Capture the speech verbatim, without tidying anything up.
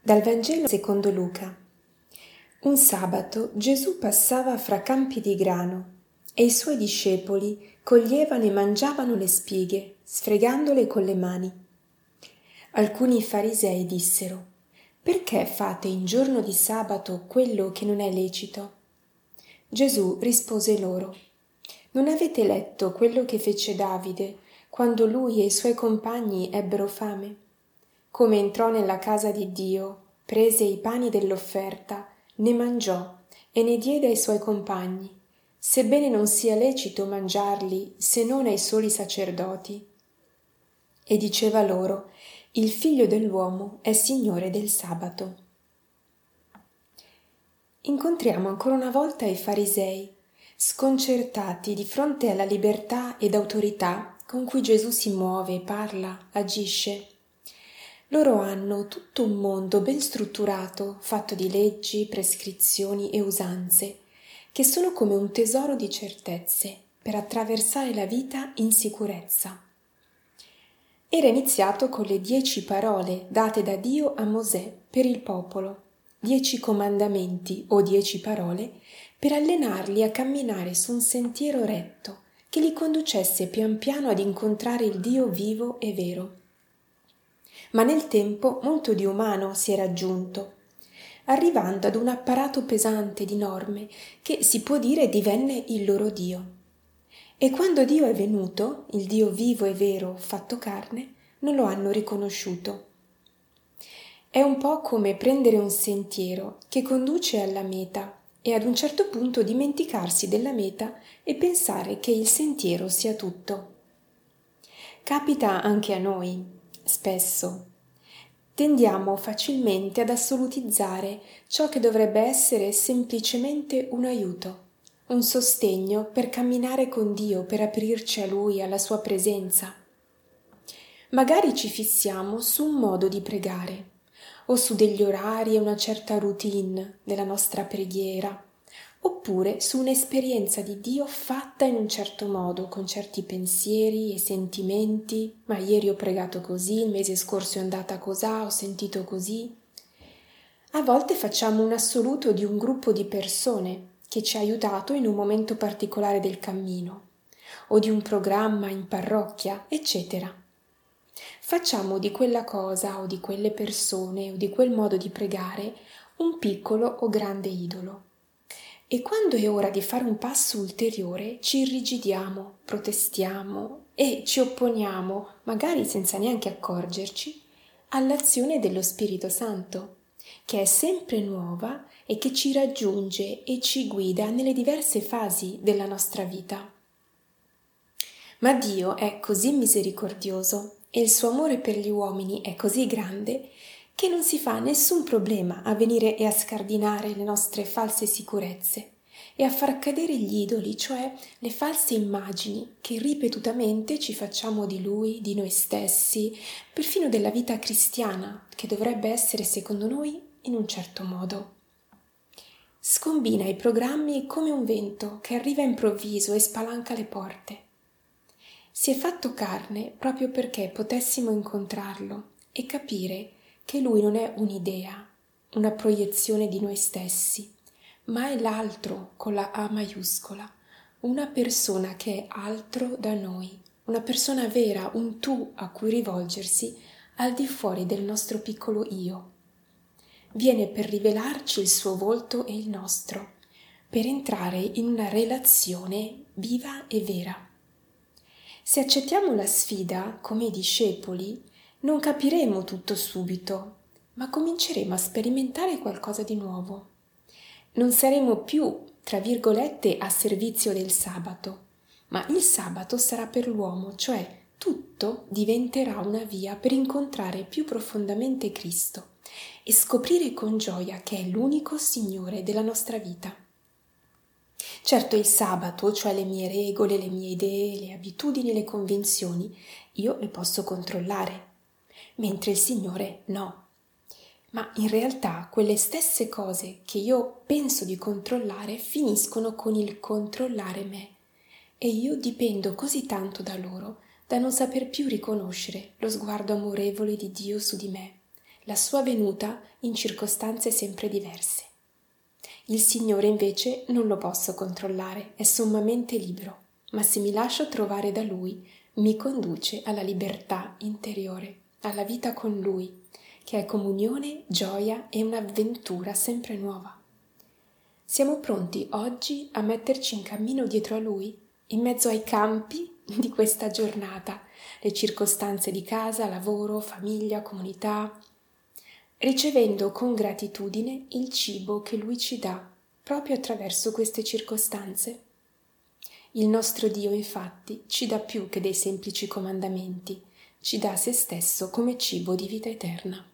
Dal Vangelo secondo Luca. Un sabato Gesù passava fra campi di grano e i suoi discepoli coglievano e mangiavano le spighe, sfregandole con le mani. Alcuni farisei dissero: «Perché fate in giorno di sabato quello che non è lecito?» Gesù rispose loro: «Non avete letto quello che fece Davide quando lui e i suoi compagni ebbero fame? Come entrò nella casa di Dio, prese i pani dell'offerta, ne mangiò e ne diede ai suoi compagni, sebbene non sia lecito mangiarli se non ai soli sacerdoti. E diceva loro: il figlio dell'uomo è signore del sabato». Incontriamo ancora una volta i farisei, sconcertati di fronte alla libertà ed autorità con cui Gesù si muove, parla, agisce. Loro hanno tutto un mondo ben strutturato, fatto di leggi, prescrizioni e usanze, che sono come un tesoro di certezze per attraversare la vita in sicurezza. Era iniziato con le dieci parole date da Dio a Mosè per il popolo, dieci comandamenti o dieci parole per allenarli a camminare su un sentiero retto che li conducesse pian piano ad incontrare il Dio vivo e vero. Ma nel tempo molto di umano si era aggiunto, arrivando ad un apparato pesante di norme che si può dire divenne il loro Dio. E quando Dio è venuto, il Dio vivo e vero fatto carne, non lo hanno riconosciuto. È un po' come prendere un sentiero che conduce alla meta e ad un certo punto dimenticarsi della meta e pensare che il sentiero sia tutto. Capita anche a noi. Spesso tendiamo facilmente ad assolutizzare ciò che dovrebbe essere semplicemente un aiuto, un sostegno per camminare con Dio, per aprirci a Lui, alla Sua presenza. Magari ci fissiamo su un modo di pregare o su degli orari e una certa routine della nostra preghiera, oppure su un'esperienza di Dio fatta in un certo modo, con certi pensieri e sentimenti. Ma ieri ho pregato così, il mese scorso è andata così, ho sentito così. A volte facciamo un assoluto di un gruppo di persone che ci ha aiutato in un momento particolare del cammino, o di un programma in parrocchia, eccetera. Facciamo di quella cosa o di quelle persone o di quel modo di pregare un piccolo o grande idolo. E quando è ora di fare un passo ulteriore ci irrigidiamo, protestiamo e ci opponiamo, magari senza neanche accorgerci, all'azione dello Spirito Santo, che è sempre nuova e che ci raggiunge e ci guida nelle diverse fasi della nostra vita. Ma Dio è così misericordioso e il suo amore per gli uomini è così grande che non si fa nessun problema a venire e a scardinare le nostre false sicurezze e a far cadere gli idoli, cioè le false immagini che ripetutamente ci facciamo di Lui, di noi stessi, perfino della vita cristiana, che dovrebbe essere secondo noi in un certo modo. Scombina i programmi come un vento che arriva improvviso e spalanca le porte. Si è fatto carne proprio perché potessimo incontrarlo e capire che Lui non è un'idea, una proiezione di noi stessi, ma è l'altro con la A maiuscola, una persona che è altro da noi, una persona vera, un tu a cui rivolgersi al di fuori del nostro piccolo io. Viene per rivelarci il suo volto e il nostro, per entrare in una relazione viva e vera. Se accettiamo la sfida come i discepoli, non capiremo tutto subito, ma cominceremo a sperimentare qualcosa di nuovo. Non saremo più, tra virgolette, a servizio del sabato, ma il sabato sarà per l'uomo, cioè tutto diventerà una via per incontrare più profondamente Cristo e scoprire con gioia che è l'unico Signore della nostra vita. Certo, il sabato, cioè le mie regole, le mie idee, le abitudini, le convinzioni, io le posso controllare, mentre il Signore no. Ma in realtà quelle stesse cose che io penso di controllare finiscono con il controllare me e io dipendo così tanto da loro da non saper più riconoscere lo sguardo amorevole di Dio su di me, la sua venuta in circostanze sempre diverse. Il Signore invece non lo posso controllare, è sommamente libero, ma se mi lascio trovare da Lui, mi conduce alla libertà interiore, alla vita con Lui, che è comunione, gioia e un'avventura sempre nuova. Siamo pronti oggi a metterci in cammino dietro a Lui, in mezzo ai campi di questa giornata, le circostanze di casa, lavoro, famiglia, comunità, ricevendo con gratitudine il cibo che Lui ci dà proprio attraverso queste circostanze. Il nostro Dio, infatti, ci dà più che dei semplici comandamenti, ci dà se stesso come cibo di vita eterna.